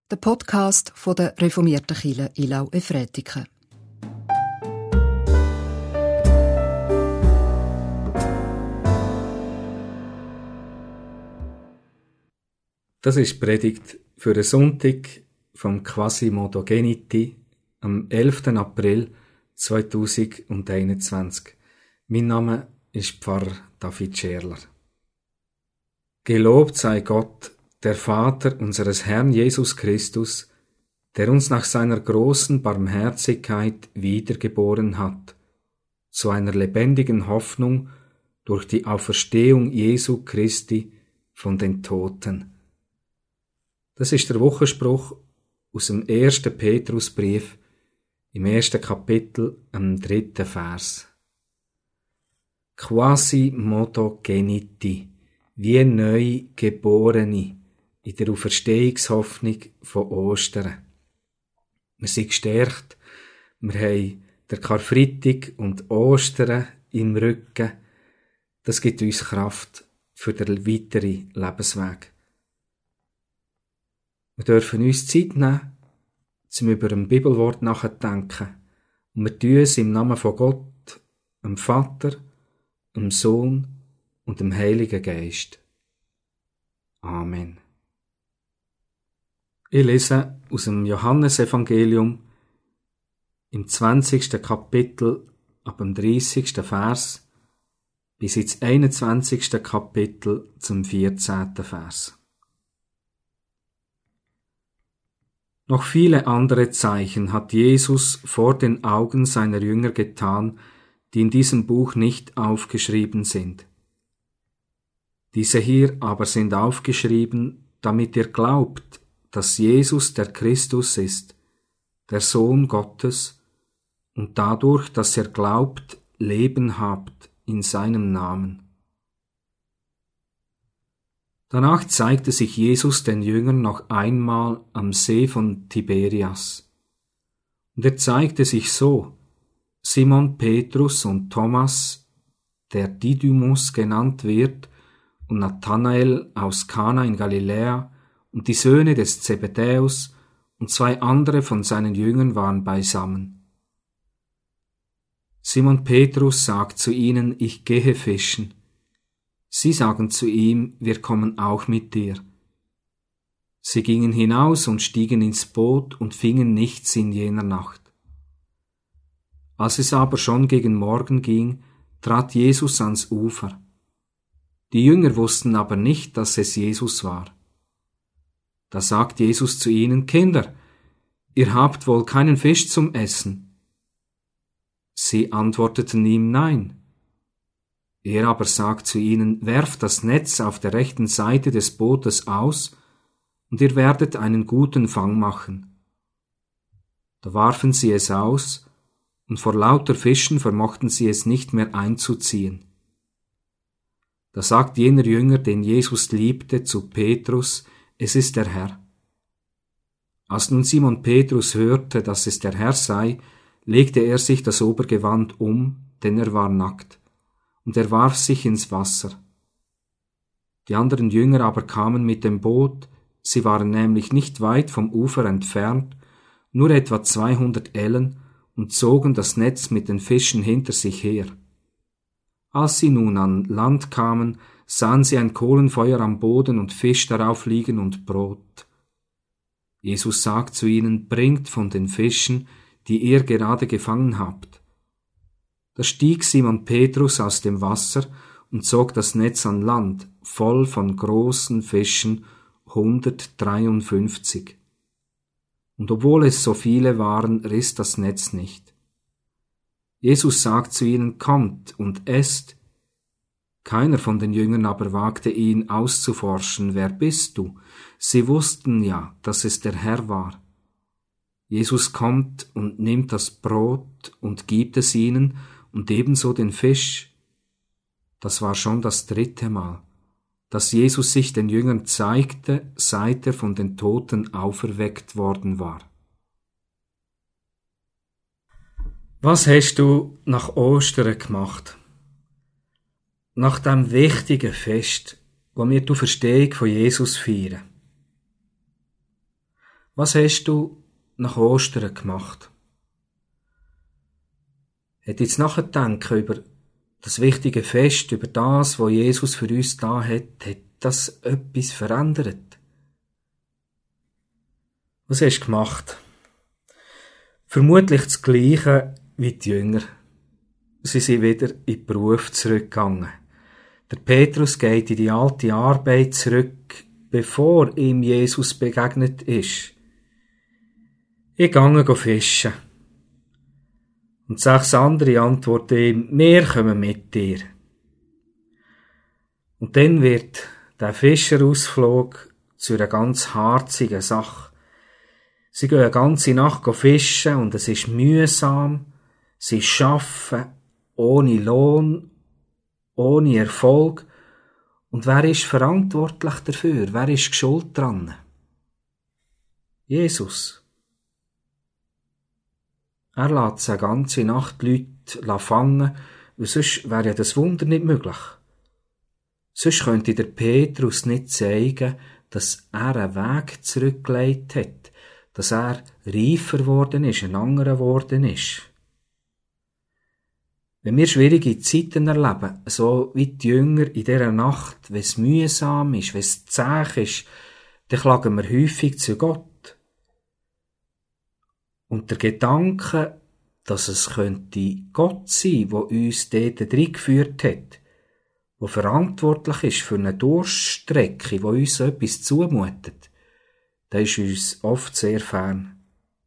der Podcast von der reformierten Kirche Ilau-Efretiken. Das ist die Predigt für den Sonntag vom Quasimodo Geniti am 11. April 2021. Mein Name ist Pfarrer David Scherler. Gelobt sei Gott, der Vater unseres Herrn Jesus Christus, der uns nach seiner großen Barmherzigkeit wiedergeboren hat, zu einer lebendigen Hoffnung durch die Auferstehung Jesu Christi von den Toten. Das ist der Wochenspruch aus dem 1. Petrusbrief im 1. Kapitel, am 3. Vers. Quasimodo Geniti, wie Neugeborene in der Auferstehungshoffnung von Ostern. Wir sind gestärkt, wir haben den Karfreitag und Ostern im Rücken. Das gibt uns Kraft für den weiteren Lebensweg. Wir dürfen uns Zeit nehmen, zum über ein Bibelwort nachdenken. Und wir tun es im Namen von Gott, dem Vater, dem Sohn und dem Heiligen Geist. Amen. Ich lese aus dem Johannesevangelium im 20. Kapitel ab dem 30. Vers bis ins 21. Kapitel zum 14. Vers. Noch viele andere Zeichen hat Jesus vor den Augen seiner Jünger getan, die in diesem Buch nicht aufgeschrieben sind. Diese hier aber sind aufgeschrieben, damit ihr glaubt, dass Jesus der Christus ist, der Sohn Gottes, und dadurch, dass ihr glaubt, Leben habt in seinem Namen. Danach zeigte sich Jesus den Jüngern noch einmal am See von Tiberias. Und er zeigte sich so: Simon Petrus und Thomas, der Didymus genannt wird, und Nathanael aus Kana in Galiläa, und die Söhne des Zebedäus und zwei andere von seinen Jüngern waren beisammen. Simon Petrus sagt zu ihnen: Ich gehe fischen. Sie sagen zu ihm: Wir kommen auch mit dir. Sie gingen hinaus und stiegen ins Boot und fingen nichts in jener Nacht. Als es aber schon gegen Morgen ging, trat Jesus ans Ufer. Die Jünger wussten aber nicht, dass es Jesus war. Da sagt Jesus zu ihnen: Kinder, ihr habt wohl keinen Fisch zum Essen? Sie antworteten ihm: Nein. Er aber sagt zu ihnen: Werft das Netz auf der rechten Seite des Bootes aus, und ihr werdet einen guten Fang machen. Da warfen sie es aus, und vor lauter Fischen vermochten sie es nicht mehr einzuziehen. Da sagt jener Jünger, den Jesus liebte, zu Petrus: Es ist der Herr. Als nun Simon Petrus hörte, dass es der Herr sei, legte er sich das Obergewand um, denn er war nackt, und er warf sich ins Wasser. Die anderen Jünger aber kamen mit dem Boot, sie waren nämlich nicht weit vom Ufer entfernt, nur etwa 200 Ellen, und zogen das Netz mit den Fischen hinter sich her. Als sie nun an Land kamen, sahen sie ein Kohlenfeuer am Boden und Fisch darauf liegen und Brot. Jesus sagt zu ihnen: Bringt von den Fischen, die ihr gerade gefangen habt. Da stieg Simon Petrus aus dem Wasser und zog das Netz an Land, voll von großen Fischen, 153. Und obwohl es so viele waren, riss das Netz nicht. Jesus sagt zu ihnen: Kommt und esst. Keiner von den Jüngern aber wagte ihn auszuforschen: Wer bist du? Sie wussten ja, dass es der Herr war. Jesus kommt und nimmt das Brot und gibt es ihnen, und ebenso den Fisch. Das war schon das 3. Mal, dass Jesus sich den Jüngern zeigte, seit er von den Toten auferweckt worden war. Was hast du nach Ostern gemacht? Nach dem wichtigen Fest, wo wir die Auferstehung von Jesus feiern. Was hast du nach Ostern gemacht? Hat jetzt nachgedacht über das wichtige Fest, über das, was Jesus für uns da hat das etwas verändert? Was hast du gemacht? Vermutlich das Gleiche wie die Jünger. Sie sind wieder in den Beruf zurückgegangen. Der Petrus geht in die alte Arbeit zurück, bevor ihm Jesus begegnet ist. Ich gehe fischen. Und 6 andere antworten ihm, wir kommen mit dir. Und dann wird der Fischerausflug zu einer ganz harzigen Sache. Sie gehen eine ganze Nacht fischen und es ist mühsam. Sie arbeiten ohne Lohn, ohne Erfolg. Und wer ist verantwortlich dafür? Wer ist schuld dran? Jesus. Er lässt eine ganze Nacht die Leute fangen, weil sonst wäre ja das Wunder nicht möglich. Sonst könnte der Petrus nicht zeigen, dass er einen Weg zurückgelegt hat, dass er reifer geworden ist, ein anderer geworden ist. Wenn wir schwierige Zeiten erleben, so wie die Jünger in dieser Nacht, wenn es mühsam ist, wenn es zäh ist, dann klagen wir häufig zu Gott. Und der Gedanke, dass es könnte Gott sein, der uns dort reingeführt hat, der verantwortlich ist für eine Durststrecke, die uns so etwas zumutet, der ist uns oft sehr fern.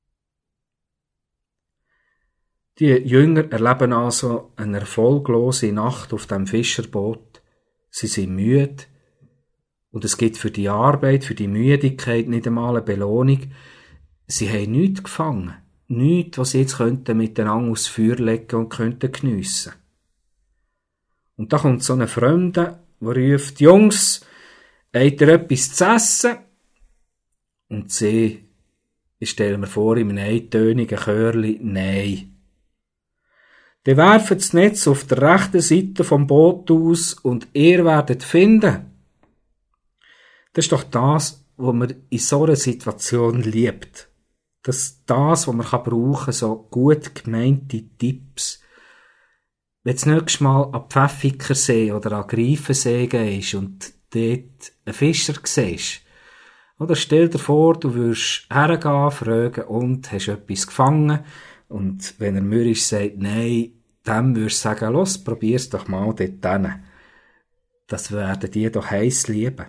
Die Jünger erleben also eine erfolglose Nacht auf dem Fischerboot. Sie sind müde und es gibt für die Arbeit, für die Müdigkeit nicht einmal eine Belohnung. Sie haben nichts gefangen, nichts, was sie jetzt miteinander aufs Feuer legen und könnten geniessen. Und da kommt so ein Fremder, der ruft, Jungs, habt ihr etwas zu essen? Und sie, ich stelle mir vor, in einem eintönigen Chörli, nein. Dann werfen das Netz auf der rechten Seite vom Boot aus und ihr werdet finden. Das ist doch das, was man in so einer Situation liebt. Das was man brauchen kann, so gut gemeinte Tipps. Wenn du das nächste Mal an Pfäffikersee oder an Greifensee gehst und dort einen Fischer siehst, oder stell dir vor, du würdest hergehen, fragen, und hast du etwas gefangen? Und wenn er mürrisch sagt, nein, dann würdest du sagen, los, probier's doch mal dort hin. Das werden die doch heiß lieben.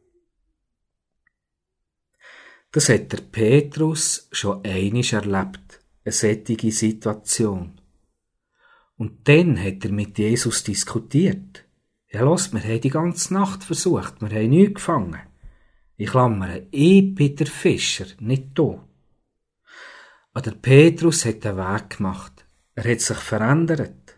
Das hat der Petrus schon einmal erlebt, eine solche Situation. Und dann hat er mit Jesus diskutiert. Ja, los, wir haben die ganze Nacht versucht, wir haben nichts gefangen. Ich klammere, ich bin der Fischer, nicht du. Aber der Petrus hat einen Weg gemacht. Er hat sich verändert.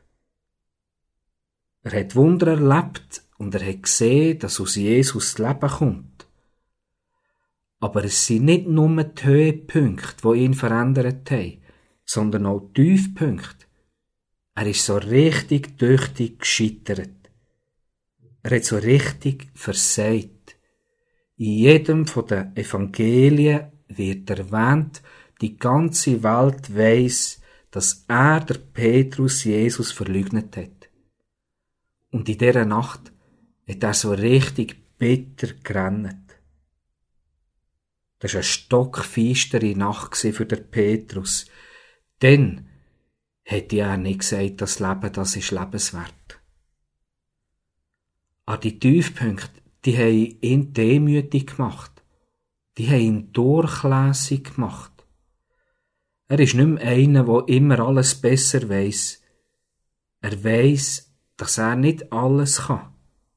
Er hat Wunder erlebt und er hat gesehen, dass aus Jesus das Leben kommt. Aber es sind nicht nur die Höhepunkte, die ihn verändert haben, sondern auch die Tiefpunkte. Er ist so richtig tüchtig gescheitert. Er hat so richtig versagt. In jedem von den Evangelien wird erwähnt, die ganze Welt weiss, dass er, der Petrus, Jesus verleugnet hat. Und in dieser Nacht hat er so richtig bitter gerannt. Das war eine stockfeistere Nacht für den Petrus. Dann hätte er nicht gesagt, das Leben, das ist lebenswert. Aber die Tiefpunkte, die haben ihn demütig gemacht. Die haben ihn durchlässig gemacht. Er ist nicht mehr einer, der immer alles besser weiss. Er weiss, dass er nicht alles kann.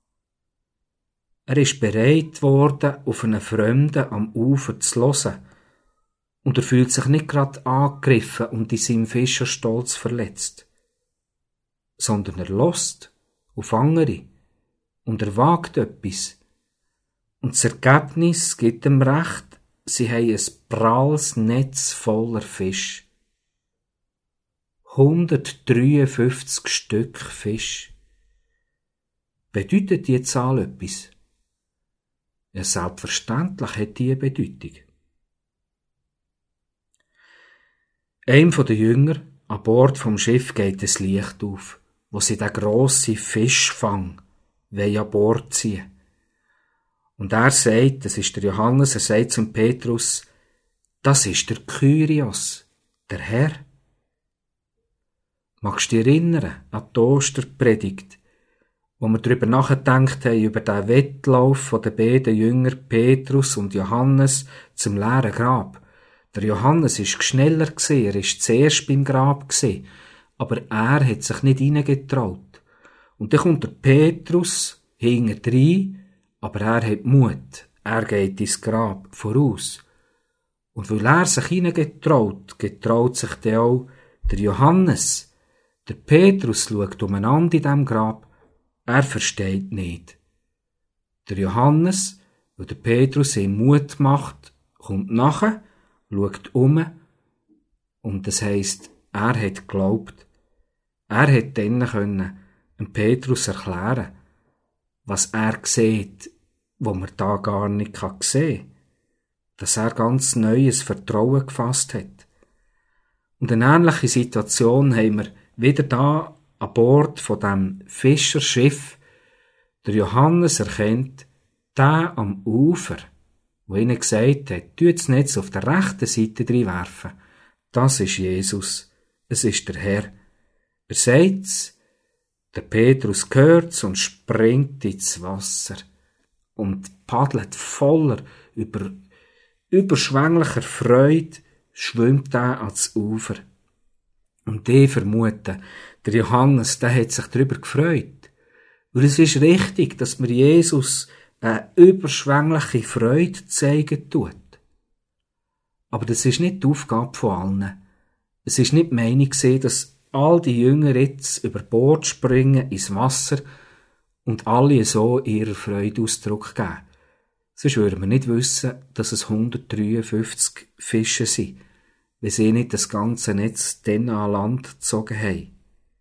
Er ist bereit worden, auf einen Fremden am Ufer zu hören. Und er fühlt sich nicht gerade angegriffen und in seinem Fischerstolz verletzt. Sondern er hört auf andere. Und er wagt etwas. Und das Ergebnis gibt ihm recht, sie haben ein pralles Netz voller Fisch. 153 Stück Fisch. Bedeutet die Zahl etwas? Ja, selbstverständlich hat die eine Bedeutung. Einem der Jünger an Bord vom Schiff geht das Licht auf, wo sie den grossen Fischfang an Bord ziehen. Und er sagt, das ist der Johannes, er sagt zum Petrus, das ist der Kyrios, der Herr. Magst du dich erinnern an die Osterpredigt, wo wir darüber nachgedacht haben, über den Wettlauf der beiden Jünger Petrus und Johannes zum leeren Grab? Der Johannes war schneller, er war zuerst beim Grab, aber er hat sich nicht hineingetraut. Und dann kommt der Petrus hinterdrein, aber er hat Mut, er geht ins Grab voraus. Und weil er sich hineingetraut, getraut sich dann auch der Johannes. Der Petrus schaut umeinander in diesem Grab, er versteht nicht. Der Johannes, weil der Petrus ihm Mut macht, kommt nachher, schaut und das heisst, er hat geglaubt. Er hat dann können dem Petrus erklären, was er sieht, wo man da gar nicht sehen kann. Dass er ganz neues Vertrauen gefasst hat. Und eine ähnliche Situation haben wir wieder da an Bord von dem Fischerschiff. Der Johannes erkennt, der am Ufer, wo ihnen gesagt hat, tut das Netz auf der rechten Seite reinwerfen. Das ist Jesus. Es ist der Herr. Er sagt's, der Petrus hört's und springt ins Wasser und paddelt voller überschwänglicher Freude, schwimmt er ans Ufer. Und die vermuten, der Johannes, der hat sich darüber gefreut. Weil es ist richtig, dass mir Jesus eine überschwängliche Freude zeigen tut. Aber das ist nicht die Aufgabe von allen. Es ist nicht die Meinung gewesen, dass all die Jünger jetzt über Bord springen ins Wasser und alle so ihrer Freude Ausdruck geben. Sonst würden wir nicht wissen, dass es 153 Fische sind, wenn sie nicht das ganze Netz dann an Land gezogen haben.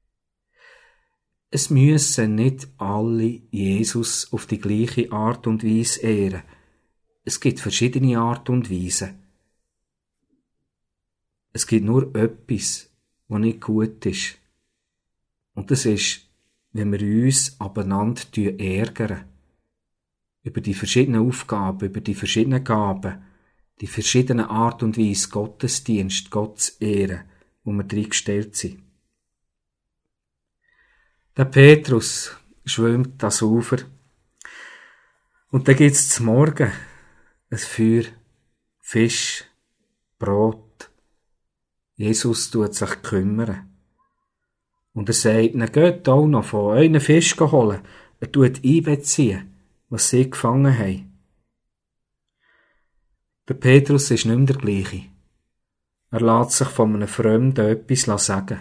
Es müssen nicht alle Jesus auf die gleiche Art und Weise ehren. Es gibt verschiedene Art und Weisen. Es gibt nur etwas, was nicht gut ist. Und das ist, wenn wir uns abeinander ärgern. Über die verschiedenen Aufgaben, über die verschiedenen Gaben, die verschiedenen Art und Weise Gottesdienst, Gott zu ehren, wo wir reingestellt sind. Der Petrus schwimmt das Ufer. Und dann gibt's zum Morgen ein Feuer, Fisch, Brot. Jesus tut sich kümmern. Und er sagt, na geht auch noch von euren Fisch holen. Er tut einbeziehen, was sie gefangen haben. Der Petrus ist nicht mehr der gleiche. Er lässt sich von einem Fremden etwas sagen.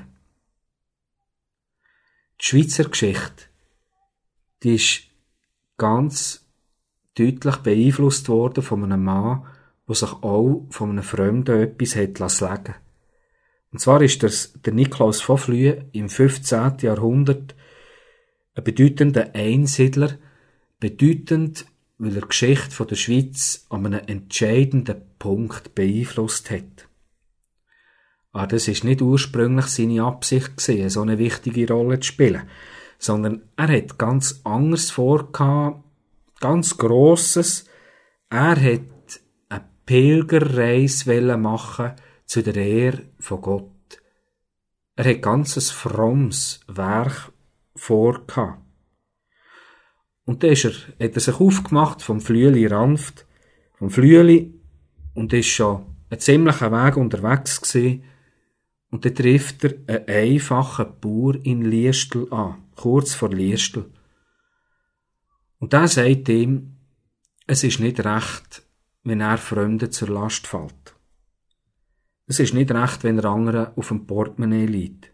Die Schweizer Geschichte, die ist ganz deutlich beeinflusst worden von einem Mann, der sich auch von einem Fremden etwas hat sagen. Und zwar ist das der Niklaus von Flüe im 15. Jahrhundert ein bedeutender Einsiedler, bedeutend, weil er die Geschichte der Schweiz an einem entscheidenden Punkt beeinflusst hat. Aber das ist nicht ursprünglich seine Absicht gewesen, so eine wichtige Rolle zu spielen, sondern er hat ganz anderes vorgehabt, ganz Grosses. Er hat eine Pilgerreise machen zu der Ehre von Gott. Er hat ganzes frommes Werk vorgehabt. Und dann hat er sich aufgemacht vom Flüeli Ranft, vom Flüeli, und ist schon einen ziemlichen Weg unterwegs gewesen. Und dann trifft er einen einfachen Bauer in Liestel an, kurz vor Liestel. Und der sagt ihm, es ist nicht recht, wenn er Fremden zur Last fällt. Es ist nicht recht, wenn er anderen auf dem Portemonnaie liegt.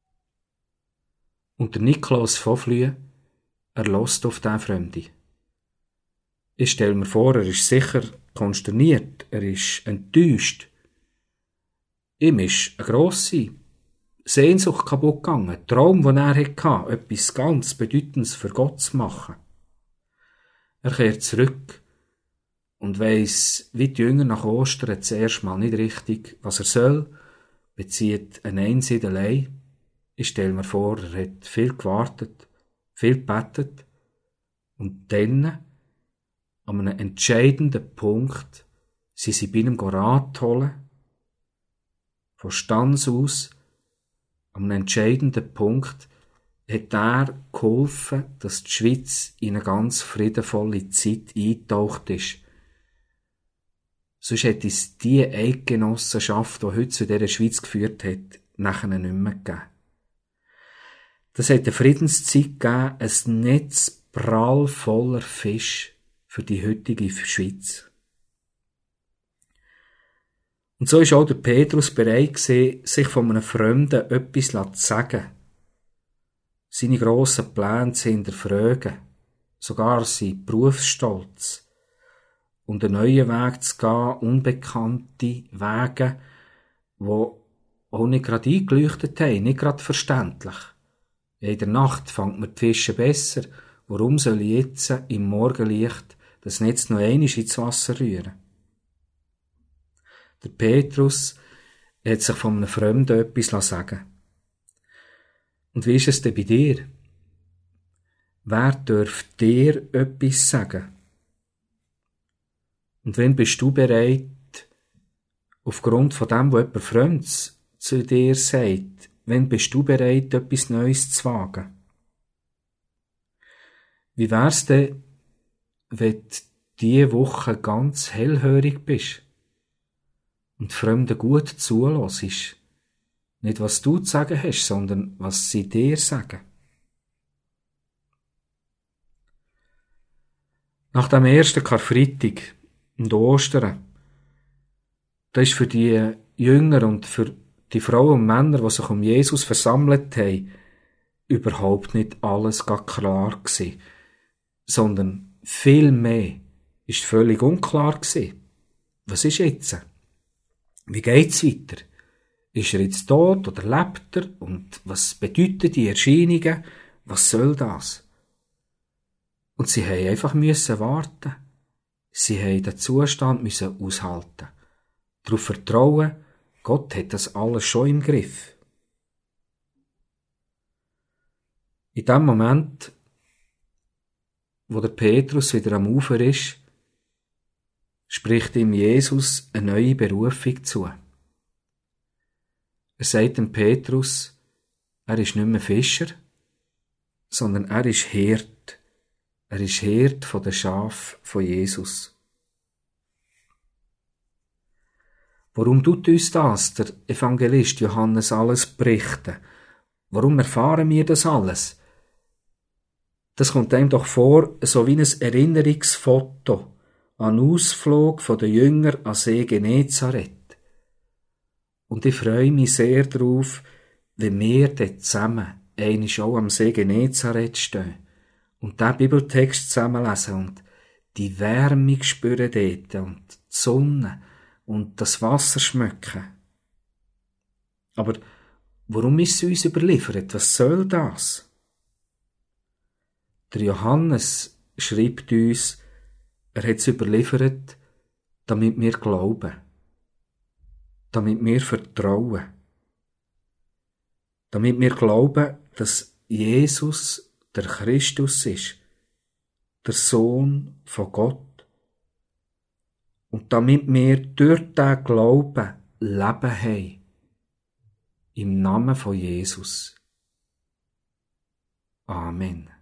Und der Niklaus von Flüe, er hört auf den Fremden. Ich stelle mir vor, er ist sicher konsterniert, er ist enttäuscht. Ihm ist eine grosse Sehnsucht kaputt gegangen, ein Traum, den er hatte, etwas ganz Bedeutendes für Gott zu machen. Er kehrt zurück und weiss, wie die Jünger nach Ostern zuerst mal nicht richtig, was er soll bezieht eine Einsiedelei. Ich stelle mir vor, er hat viel gewartet, viel gebetet und dann, an einem entscheidenden Punkt, sind sie bei ihm Rat holen, von Stanz aus, an einem entscheidenden Punkt, hat er geholfen, dass die Schweiz in eine ganz friedenvolle Zeit eingetaucht ist. Sonst hätte es die Eidgenossenschaft, die heute zu dieser Schweiz geführt hat, nachher nicht mehr gegeben. Das hat eine Friedenszeit gegeben, ein Netz prall voller Fisch für die heutige Schweiz. Und so ist auch der Petrus bereit gewesen, sich von einem Fremden etwas zu sagen. Seine grossen Pläne zu hinterfragen, sogar sein Berufsstolz und einen neuen Weg zu gehen, unbekannte Wege, die auch nicht gerade eingeleuchtet haben, nicht gerade verständlich. In der Nacht fängt man die Fische besser, warum soll ich jetzt im Morgenlicht das Netz noch einmal ins Wasser rühren? Der Petrus hat sich von einem Fremden etwas sagen. Und wie ist es denn bei dir? Wer dürfte dir etwas sagen? Und wenn bist du bereit, aufgrund von dem, was jemand Fremdes zu dir sagt, wenn bist du bereit, etwas Neues zu wagen? Wie wär's denn, wenn du diese Woche ganz hellhörig bist und Fremden gut zuhörst? Nicht, was du zu sagen hast, sondern was sie dir sagen. Nach dem ersten Karfreitag und Ostern, da ist für die Jünger und für die Frauen und Männer, die sich um Jesus versammelt haben, überhaupt nicht alles klar gewesen, sondern viel mehr ist völlig unklar gewesen. Was ist jetzt? Wie geht's weiter? Ist er jetzt tot oder lebt er? Und was bedeuten die Erscheinungen? Was soll das? Und sie haben einfach warten. Sie haben den Zustand aushalten. Darauf vertrauen, Gott hat das alles schon im Griff. In dem Moment, wo der Petrus wieder am Ufer ist, spricht ihm Jesus eine neue Berufung zu. Er sagt dem Petrus, er ist nicht mehr Fischer, sondern er ist Hirt. Er ist Hirt von den Schafen von Jesus. Warum tut uns das der Evangelist Johannes alles berichten? Warum erfahren wir das alles? Das kommt einem doch vor, so wie ein Erinnerungsfoto an den Ausflug der Jünger an See Genezareth. Und ich freue mich sehr darauf, wenn wir dort zusammen einmal auch am See Genezareth stehen und den Bibeltext zusammenlesen und die Wärme spüren dort und die Sonne und das Wasser schmecken. Aber warum ist es uns überliefert? Was soll das? Der Johannes schreibt uns, er hat es überliefert, damit wir glauben, damit wir vertrauen, damit wir glauben, dass Jesus der Christus ist, der Sohn von Gott, und damit wir durch diesen Glauben Leben haben, im Namen von Jesus. Amen.